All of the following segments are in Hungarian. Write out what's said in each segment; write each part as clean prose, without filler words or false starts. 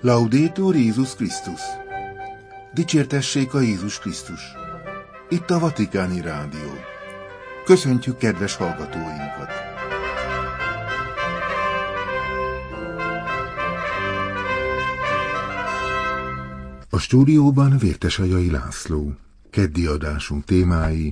Laudetur Jézus Krisztus! Dicsértessék a Jézus Krisztus! Itt a Vatikáni Rádió. Köszöntjük kedves hallgatóinkat! A stúdióban Vértesajai László. Keddi adásunk témái: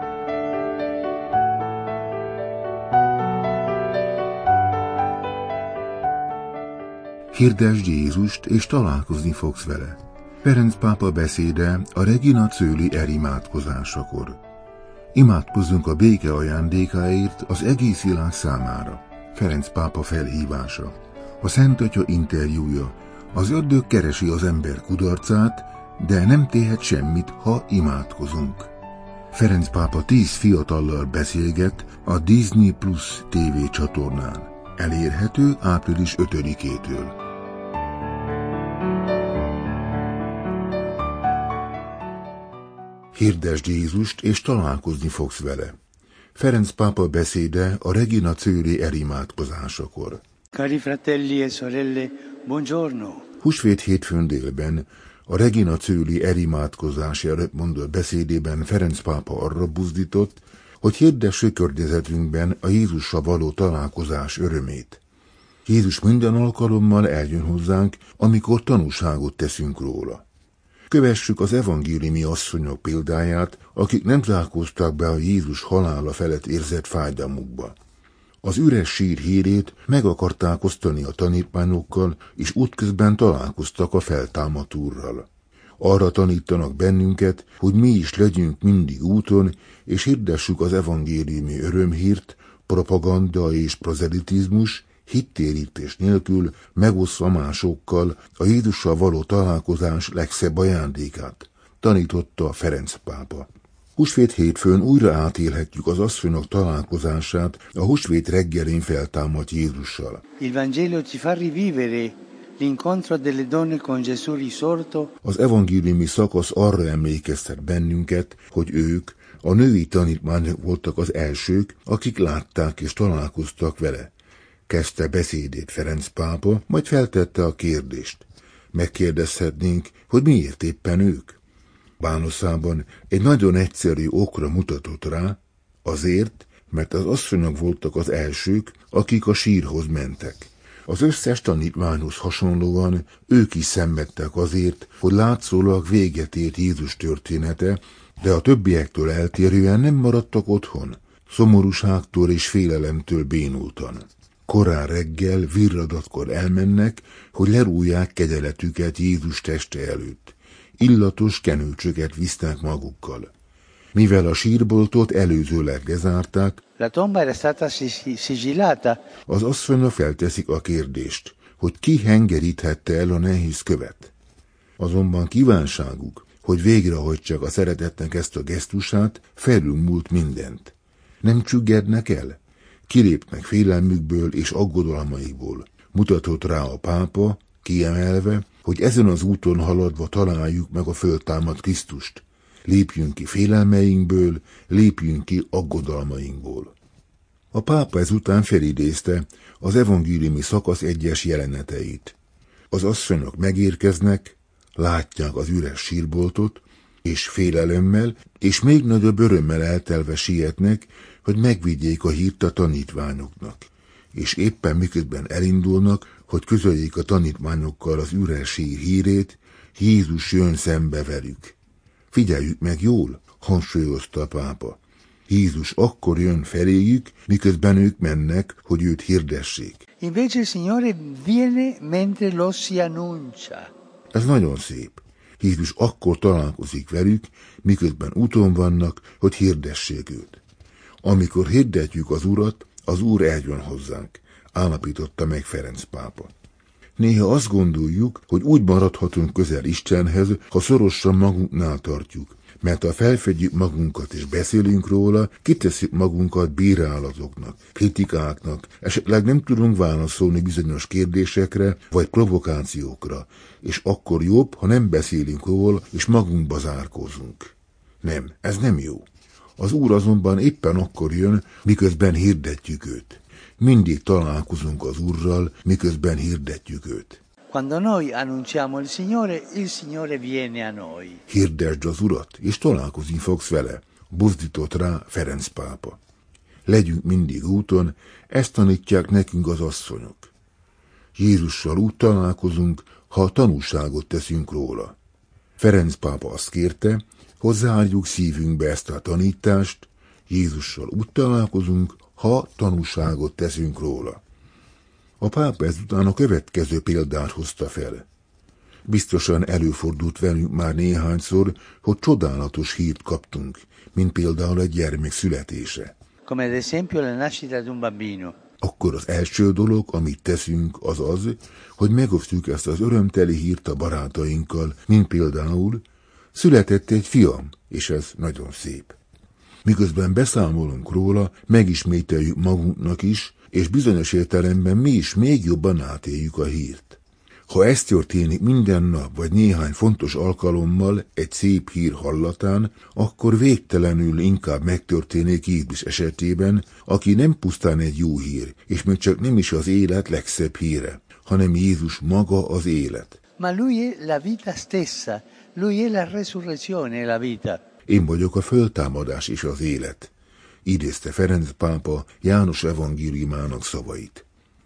Hirdesd Jézust, és találkozni fogsz vele. Ferenc pápa beszéde a Regina Coeli imádkozásakor. Imádkozzunk a béke ajándékáért az egész világ számára. Ferenc pápa felhívása. A Szent Atya interjúja. Az ördög keresi az ember kudarcát, de nem tehet semmit, ha imádkozunk. Ferenc pápa 10 fiatallal beszélget a Disney Plus TV csatornán. Elérhető április 5-től. Hirdesd Jézust, és találkozni fogsz vele. Ferenc pápa beszéde a Regina Coeli imádkozásakor. Cari fratelli e sorelle, buongiorno. Húsvét hétfőn délben a Regina Coeli imádkozási előtt mondott beszédében Ferenc pápa arra buzdított, hogy hirdessük környezetünkben a Jézussal való találkozás örömét. Jézus minden alkalommal eljön hozzánk, amikor tanúságot teszünk róla. Kövessük az evangéliumi asszonyok példáját, akik nem zárkóztak be a Jézus halála felett érzett fájdalmukba. Az üres sír hírét meg akarták osztani a tanítványokkal, és útközben találkoztak a feltámadt Úrral. Arra tanítanak bennünket, hogy mi is legyünk mindig úton, és hirdessük az evangéliumi örömhírt, propaganda és prozelitizmus, hittérítés nélkül, megosztva másokkal a Jézussal való találkozás legszebb ajándékát, tanította Ferenc pápa. Húsvét hétfőn újra átélhetjük az asszonyok találkozását a húsvét reggelén feltámadt Jézussal. Il Vangelo ci fa rivivere l'incontro delle donne con Gesù risorto. Az evangéliumi szakasz arra emlékeztet bennünket, hogy ők, a női tanítványok voltak az elsők, akik látták és találkoztak vele. Kezdte beszédét Ferenc pápa, majd feltette a kérdést. Megkérdezhetnénk, hogy miért éppen ők? Válaszában egy nagyon egyszerű okra mutatott rá, azért, mert az asszonyok voltak az elsők, akik a sírhoz mentek. Az összes tanítványhoz hasonlóan ők is szenvedtek azért, hogy látszólag véget ért Jézus története, de a többiektől eltérően nem maradtak otthon, szomorúságtól és félelemtől bénultan. Korán reggel, virradatkor elmennek, hogy lerújják kegyeletüket Jézus teste előtt. Illatos kenőcsöket visznek magukkal. Mivel a sírboltot előzőleg lezárták, La tomba era stata sigillata. Az asszonyra felteszik a kérdést, hogy ki hengeríthette el a nehéz követ. Azonban kívánságuk, hogy végrehajtsák a szeretetnek ezt a gesztusát, felülmúlt mindent. Nem csüggednek el? Kilépnek félelmükből és aggodalmaikból. Mutatott rá a pápa, kiemelve, hogy ezen az úton haladva találjuk meg a föltámadt Krisztust. Lépjünk ki félelmeinkből, lépjünk ki aggodalmainkból. A pápa ezután felidézte az evangéliumi szakasz egyes jeleneteit. Az asszonyok megérkeznek, látják az üres sírboltot, és félelemmel, és még nagyobb örömmel eltelve sietnek, hogy megvigyék a hírt a tanítványoknak. És éppen miközben elindulnak, hogy közöljék a tanítványokkal az üres sír hírét, Jézus jön szembe velük. Figyeljük meg jól, hangsúlyozta a pápa. Jézus akkor jön feléjük, miközben ők mennek, hogy őt hirdessék. Invece il Signore viene mentre lo si annuncia. Ez nagyon szép. Jézus akkor találkozik velük, miközben úton vannak, hogy hirdessék őt. Amikor hirdetjük az Urat, az Úr eljön hozzánk, állapította meg Ferenc pápa. Néha azt gondoljuk, hogy úgy maradhatunk közel Istenhez, ha szorosan magunknál tartjuk, mert ha felfedjük magunkat és beszélünk róla, kitesszük magunkat bírálatoknak, kritikáknak, esetleg nem tudunk válaszolni bizonyos kérdésekre vagy provokációkra, és akkor jobb, ha nem beszélünk róla és magunkba zárkózunk. Nem, ez nem jó. Az Úr azonban éppen akkor jön, miközben hirdetjük őt. Mindig találkozunk az Úrral, miközben hirdetjük őt. Quando noi annunciamo il Signore viene a noi. Hirdesd az Urat, és találkozni fogsz vele, buzdított rá Ferenc pápa. Legyünk mindig úton, ezt tanítják nekünk az asszonyok. Jézussal úgy találkozunk, ha tanúságot teszünk róla. Ferenc pápa azt kérte, hogy zárjuk szívünkbe ezt a tanítást, Jézussal úgy találkozunk, ha tanúságot teszünk róla. A pápa ezután a következő példát hozta fel. Biztosan előfordult velünk már néhányszor, hogy csodálatos hírt kaptunk, mint például egy gyermek születése. Come ad esempio la nascita di un bambino. Akkor az első dolog, amit teszünk, az az, hogy megosztjuk ezt az örömteli hírt a barátainkkal, mint például született egy fiam, és ez nagyon szép. Miközben beszámolunk róla, megismételjük magunknak is, és bizonyos értelemben mi is még jobban átéljük a hírt. Ha ez történik minden nap, vagy néhány fontos alkalommal egy szép hír hallatán, akkor végtelenül inkább megtörténik Jézus esetében, aki nem pusztán egy jó hír, és még csak nem is az élet legszebb híre, hanem Jézus maga az élet. Ma lui è la vita stessa, lui è la resurrezione e la vita. Én vagyok a föltámadás és az élet, idézte Ferenc pápa János evangéliumának szavait.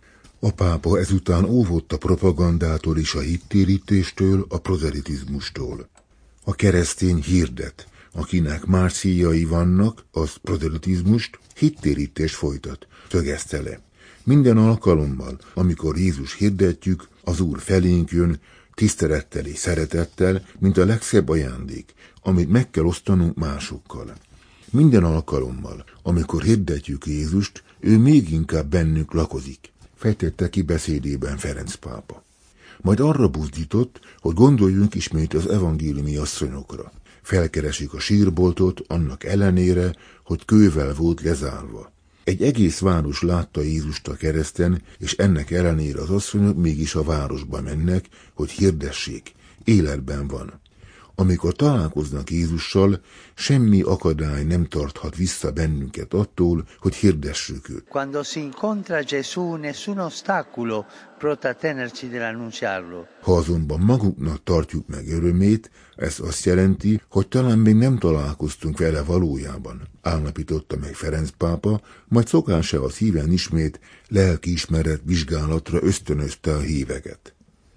A pápa ezután óvott a propagandától és a hittérítéstől, a prozelitizmustól. A keresztény hirdet, akinek más céljai vannak, az prozelitizmust, hittérítést folytat, szögezte le. Minden alkalommal, amikor Jézus hirdetjük, az Úr felénk jön, tisztelettel és szeretettel, mint a legszebb ajándék, amit meg kell osztanunk másokkal. Minden alkalommal, amikor hirdetjük Jézust, ő még inkább bennünk lakozik, fejtette ki beszédében Ferenc pápa. Majd arra buzdított, hogy gondoljunk ismét az evangéliumi asszonyokra. Felkeresik a sírboltot annak ellenére, hogy kővel volt lezárva. Egy egész város látta Jézust a kereszten, és ennek ellenére az asszonyok mégis a városba mennek, hogy hirdessék, életben van. Amikor találkoznak Jézussal, semmi akadály nem tarthat vissza bennünket attól, hogy hirdessük őt. Quando si incontra Gesù, nessun ostacolo può trattenerci dall'annunciarlo. Ha azonban magunknak tartjuk meg örömét, ez azt jelenti, hogy talán még nem találkoztunk vele valójában, állapította meg Ferenc pápa, majd szokása a szíven ismét lelkiismeret vizsgálatra ösztönözte a híveket.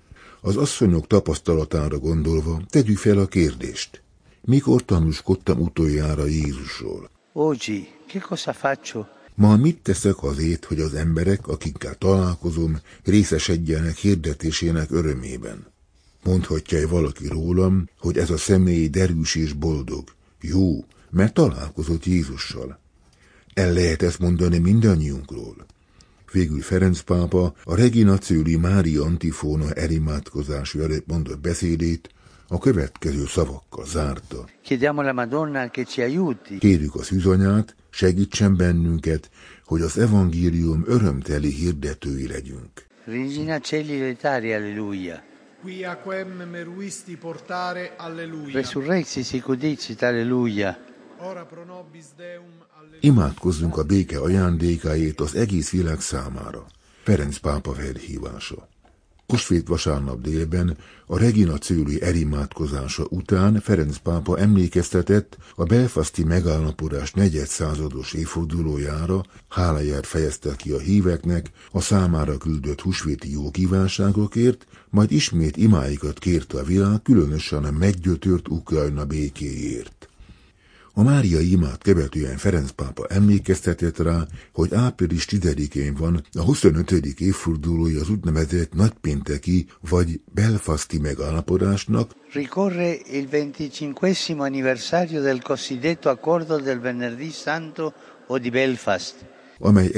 Az asszonyok tapasztalatára gondolva tegyük fel a kérdést. Mikor tanúskodtam utoljára Jézusról? Oggi, che cosa faccio? Ma mit teszek azért, hogy az emberek, akikkel találkozom, részesedjenek hirdetésének örömében? Mondhatja valaki rólam, hogy ez a személy derűs és boldog. Jó, mert találkozott Jézussal. El lehet ezt mondani mindannyiunkról. Végül Ferenc pápa a Regina Coeli Mária antifóna elimádkozású előtt mondott beszédét a következő szavakkal zárta. Chiediamo alla Madonna che ci aiuti. Kérjük a szűzanyát, segítsen bennünket, hogy az evangélium örömteli hirdetői legyünk. Regina Coeli letari, alleluia. Quia quem meruisti portare, alleluia. Resurrexi sic udicit, alleluia. Ora pro nobis Deum, alleluia. Imádkozzunk a béke ajándékáért az egész világ számára. Ferenc pápa felhívása. Húsvét vasárnap délben a Regina Coeli elimádkozása után Ferenc pápa emlékeztetett a belfasti megállapodás 400. évfordulójára, háláját fejezte ki a híveknek a számára küldött húsvéti jó kívánságokért, majd ismét imáikat kérte a világ, különösen a meggyötört Ukrajna békéért. A máriai imát követően Ferenc pápa emlékeztetett rá, hogy április 10-én van a 25. évfordulója az úgynevezett nagypénteki vagy belfasti megállapodásnak. Ricorre il 25° anniversario del cosiddetto accordo del Venerdì Santo o di Belfast, amely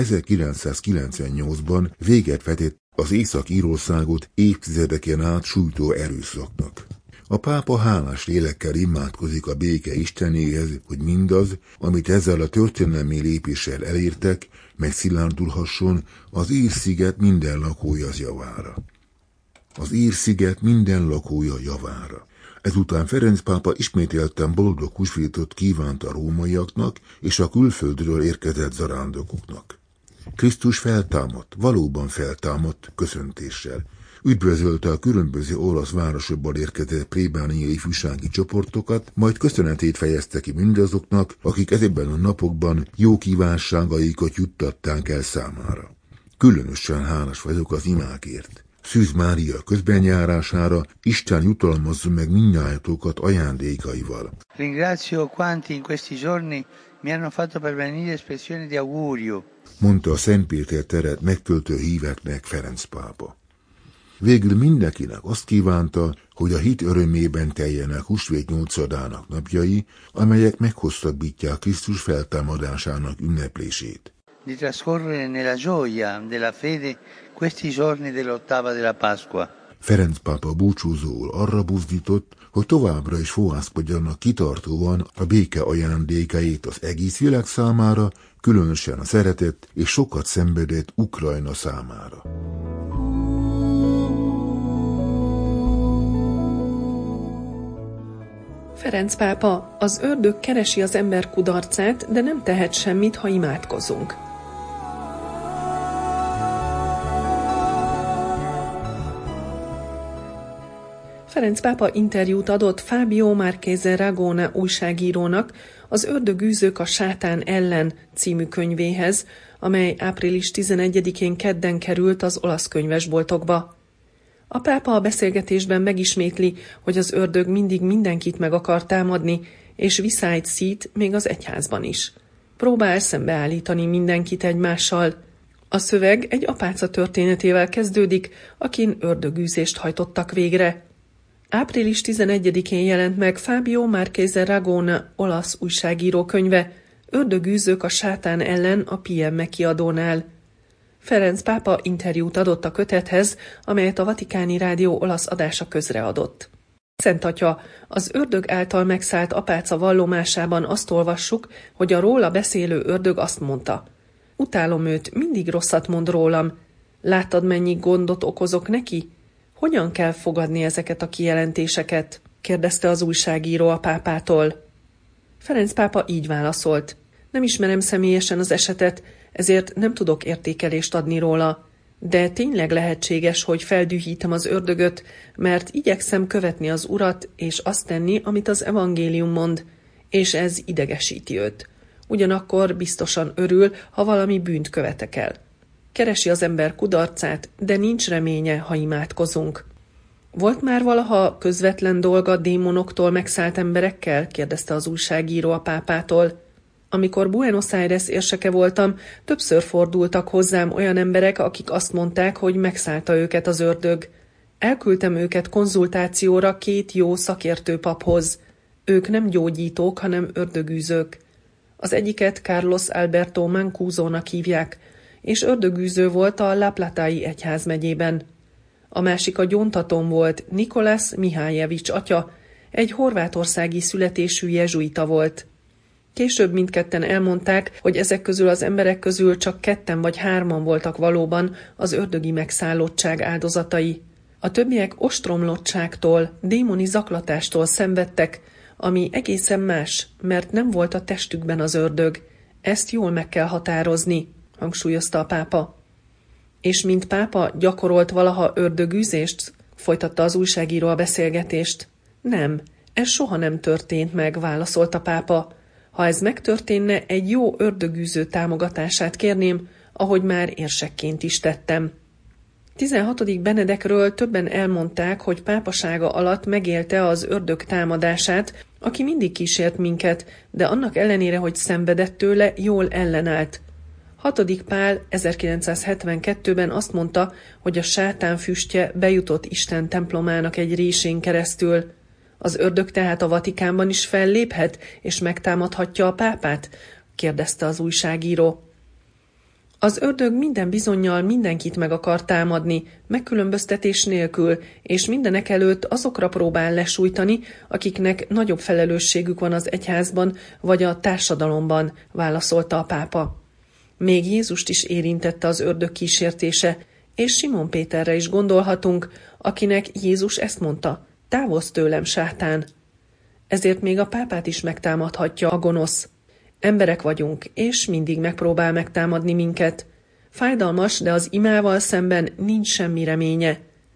1998-ban véget vetett az Észak-Írországot évtizedeken át sújtó erőszaknak. A pápa hálás lélekkel imádkozik a béke istenéhez, hogy mindaz, amit ezzel a történelmi lépéssel elértek, megszilárdulhasson az Ír-sziget minden lakója javára. Az Ír-sziget minden lakója javára. Ezután Ferenc pápa ismételten boldog húsvétot kívánt a rómaiaknak és a külföldről érkezett zarándokoknak. Krisztus feltámadt, valóban feltámadt köszöntéssel. üdvözölte a különböző olasz városokból érkezett plébániai ifjúsági csoportokat, majd köszönetét fejezte ki mindazoknak, akik ezekben a napokban jó kívánságaikat juttatták el számára. Különösen hálás vagyok az imákért. Szűz Mária közbenjárására Isten jutalmazza meg mindnyájatokat ajándékaival. Ringrazio quanti in questi giorni mi hanno fatto pervenire espressioni di augurio, mondta a Szent Péter teret megtöltő híveknek Ferenc pápa. Végül mindenkinek azt kívánta, hogy a hit örömében teljenek húsvét 8-adának napjai, amelyek meghosszabbítják Krisztus feltámadásának ünneplését. di trascorrere nella gioia della fede questi giorni dell'ottava della Pasqua. Ferenc pápa búcsúzóul arra buzdított, hogy továbbra is fohászkodjanak kitartóan a béke ajándékait az egész világ számára, különösen a szeretett és sokat szenvedett Ukrajna számára. Ferenc pápa, az ördög keresi az ember kudarcát, de nem tehet semmit, ha imádkozunk. Ferenc pápa interjút adott Fábio Marchese Ragone újságírónak az Ördögűzők a sátán ellen című könyvéhez, amely április 11-én kedden került az olasz könyvesboltokba. A pápa a beszélgetésben megismétli, hogy az ördög mindig mindenkit meg akar támadni, és viszályt szít még az egyházban is. Próbál szembeállítani mindenkit egymással. A szöveg egy apáca történetével kezdődik, akin ördögűzést hajtottak végre. Április 11-én jelent meg Fábio Marchese Ragone olasz újságíró könyve, Ördögűzők a sátán ellen a PM kiadónál. Ferenc pápa interjút adott a kötethez, amelyet a Vatikáni Rádió olasz adása közreadott. Szent Atya, az ördög által megszállt apáca vallomásában azt olvassuk, hogy a róla beszélő ördög azt mondta: utálom őt, mindig rosszat mond rólam. Láttad, mennyi gondot okozok neki? Hogyan kell fogadni ezeket a kijelentéseket? Kérdezte az újságíró a pápától. Ferenc pápa így válaszolt: nem ismerem személyesen az esetet, ezért nem tudok értékelést adni róla. De tényleg lehetséges, hogy feldühítem az ördögöt, mert igyekszem követni az Urat, és azt tenni, amit az evangélium mond, és ez idegesíti őt. Ugyanakkor biztosan örül, ha valami bűnt követek el. Keresi az ember kudarcát, de nincs reménye, ha imádkozunk. Volt már valaha közvetlen dolga démonoktól megszállt emberekkel? Kérdezte az újságíró a pápától. Amikor Buenos Aires érseke voltam, többször fordultak hozzám olyan emberek, akik azt mondták, hogy megszállta őket az ördög. Elküldtem őket konzultációra 2 jó szakértő paphoz. Ők nem gyógyítók, hanem ördögűzők. Az egyiket Carlos Alberto Mancuso-nak hívják, és ördögűző volt a La Platai egyházmegyében. A másik a gyóntatóm volt, Nikolás Mihályevich atya, egy horvátországi születésű jezsuita volt. Később mindketten elmondták, hogy ezek közül az emberek közül csak 2 vagy 3 voltak valóban az ördögi megszállottság áldozatai. A többiek ostromlottságtól, démoni zaklatástól szenvedtek, ami egészen más, mert nem volt a testükben az ördög. Ezt jól meg kell határozni, hangsúlyozta a pápa. És mint pápa gyakorolt valaha ördögűzést? Folytatta az újságíró a beszélgetést. Nem, ez soha nem történt meg, válaszolt a pápa. Ha ez megtörténne, egy jó ördögűző támogatását kérném, ahogy már érsekként is tettem. 16. Benedekről többen elmondták, hogy pápasága alatt megélte az ördög támadását, aki mindig kísért minket, de annak ellenére, hogy szenvedett tőle, jól ellenállt. 6. Pál 1972-ben azt mondta, hogy a sátán füstje bejutott Isten templomának egy résén keresztül. Az ördög tehát a Vatikánban is felléphet, és megtámadhatja a pápát? Kérdezte az újságíró. Az ördög minden bizonnyal mindenkit meg akar támadni, megkülönböztetés nélkül, és mindenek előtt azokra próbál lesújtani, akiknek nagyobb felelősségük van az egyházban vagy a társadalomban, válaszolta a pápa. Még Jézust is érintette az ördög kísértése, és Simon Péterre is gondolhatunk, akinek Jézus ezt mondta: távozz tőlem, sátán! Ezért még a pápát is megtámadhatja a gonosz. Emberek vagyunk, és mindig megpróbál megtámadni minket. Fájdalmas, de az imával szemben nincs semmi reménye.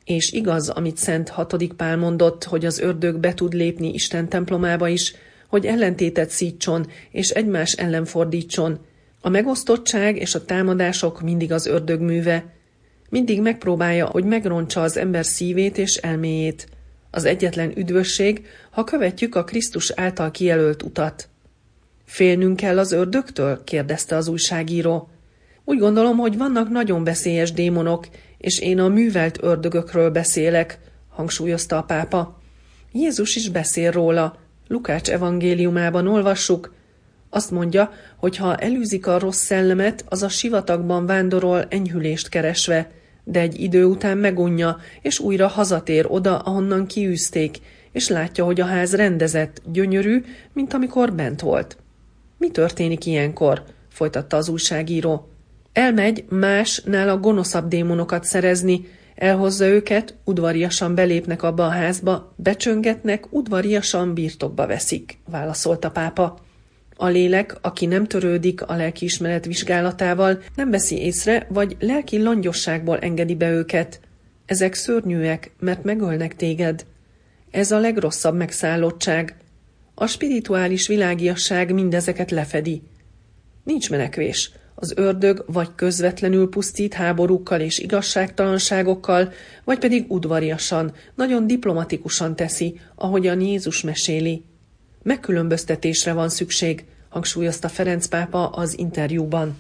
És igaz, amit Szent 6. Pál mondott, hogy az ördög be tud lépni Isten templomába is, hogy ellentétet szítson és egymás ellen fordítson. A megosztottság és a támadások mindig az ördög műve. Mindig megpróbálja, hogy megrontsa az ember szívét és elméjét. Az egyetlen üdvösség, ha követjük a Krisztus által kijelölt utat. Félnünk kell az ördögtől? Kérdezte az újságíró. Úgy gondolom, hogy vannak nagyon veszélyes démonok, és én a művelt ördögökről beszélek, hangsúlyozta a pápa. Jézus is beszél róla. Lukács evangéliumában olvassuk. Azt mondja, hogy ha elűzik a rossz szellemet, az a sivatagban vándorol enyhülést keresve, de egy idő után megunja, és újra hazatér oda, ahonnan kiűzték, és látja, hogy a ház rendezett, gyönyörű, mint amikor bent volt. Mi történik ilyenkor? Folytatta az újságíró. Elmegy más, nála gonoszabb démonokat szerezni, elhozza őket, udvariasan belépnek abba a házba, becsöngetnek, udvariasan birtokba veszik, válaszolt a pápa. A lélek, aki nem törődik a lelkiismeret vizsgálatával, nem veszi észre, vagy lelki langyosságból engedi be őket. Ezek szörnyűek, mert megölnek téged. Ez a legrosszabb megszállottság. A spirituális világiasság mindezeket lefedi. Nincs menekvés. Az ördög vagy közvetlenül pusztít háborúkkal és igazságtalanságokkal, vagy pedig udvariasan, nagyon diplomatikusan teszi, ahogyan Jézus meséli. Megkülönböztetésre van szükség, hangsúlyozta Ferenc pápa az interjúban.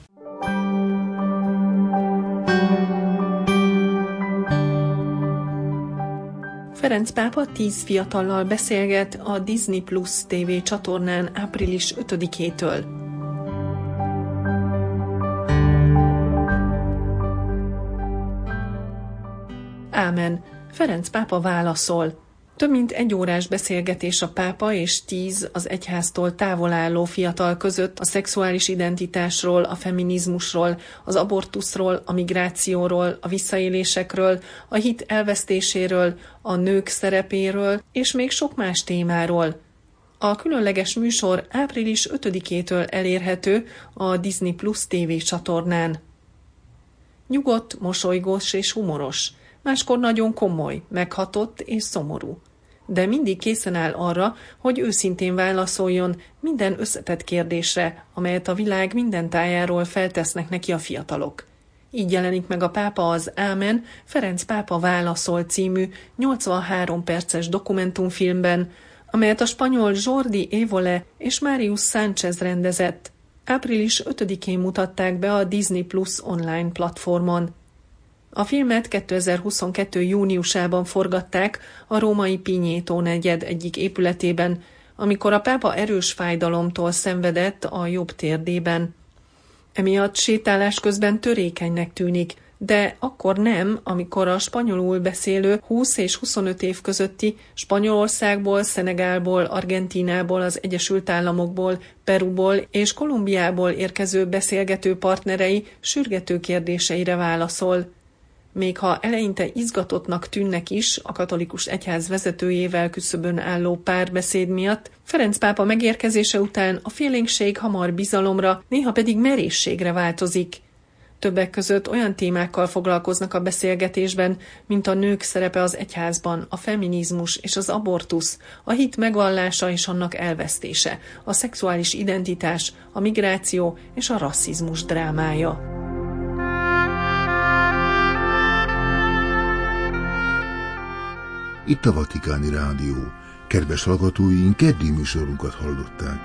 Ferenc pápa 10 fiatallal beszélget a Disney Plus TV csatornán április 5-től. Ámen. Ferenc pápa válaszol. Több mint 1 órás beszélgetés a pápa és 10 az egyháztól távol álló fiatal között a szexuális identitásról, a feminizmusról, az abortuszról, a migrációról, a visszaélésekről, a hit elvesztéséről, a nők szerepéről és még sok más témáról. A különleges műsor április 5-től elérhető a Disney Plus TV csatornán. Nyugodt, mosolygós és humoros. Máskor nagyon komoly, meghatott és szomorú. De mindig készen áll arra, hogy őszintén válaszoljon minden összetett kérdésre, amelyet a világ minden tájáról feltesznek neki a fiatalok. Így jelenik meg a pápa az Ámen, Ferenc pápa válaszol című 83 perces dokumentumfilmben, amelyet a spanyol Jordi Évole és Marius Sánchez rendezett. Április 5-én mutatták be a Disney Plus online platformon. A filmet 2022. júniusában forgatták a római Pinyétó negyed egyik épületében, amikor a pápa erős fájdalomtól szenvedett a jobb térdében. Emiatt sétálás közben törékenynek tűnik, de akkor nem, amikor a spanyolul beszélő 20 és 25 év közötti Spanyolországból, Szenegálból, Argentínából, az Egyesült Államokból, Peruból és Kolumbiából érkező beszélgető partnerei sürgető kérdéseire válaszol. Még ha eleinte izgatottnak tűnnek is a katolikus egyház vezetőjével küszöbön álló párbeszéd miatt, Ferenc pápa megérkezése után a félénkség hamar bizalomra, néha pedig merészségre változik. Többek között olyan témákkal foglalkoznak a beszélgetésben, mint a nők szerepe az egyházban, a feminizmus és az abortusz, a hit megvallása és annak elvesztése, a szexuális identitás, a migráció és a rasszizmus drámája. Itt a Vatikáni Rádió. Kedves hallgatóink, keddi műsorunkat hallották.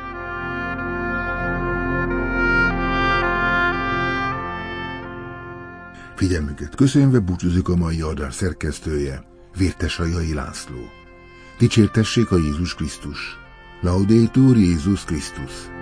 Figyelmüket köszönve búcsúzik a mai adás szerkesztője, Vértesai László. Dicsértessék a Jézus Krisztus! Laudetur Jézus Krisztus!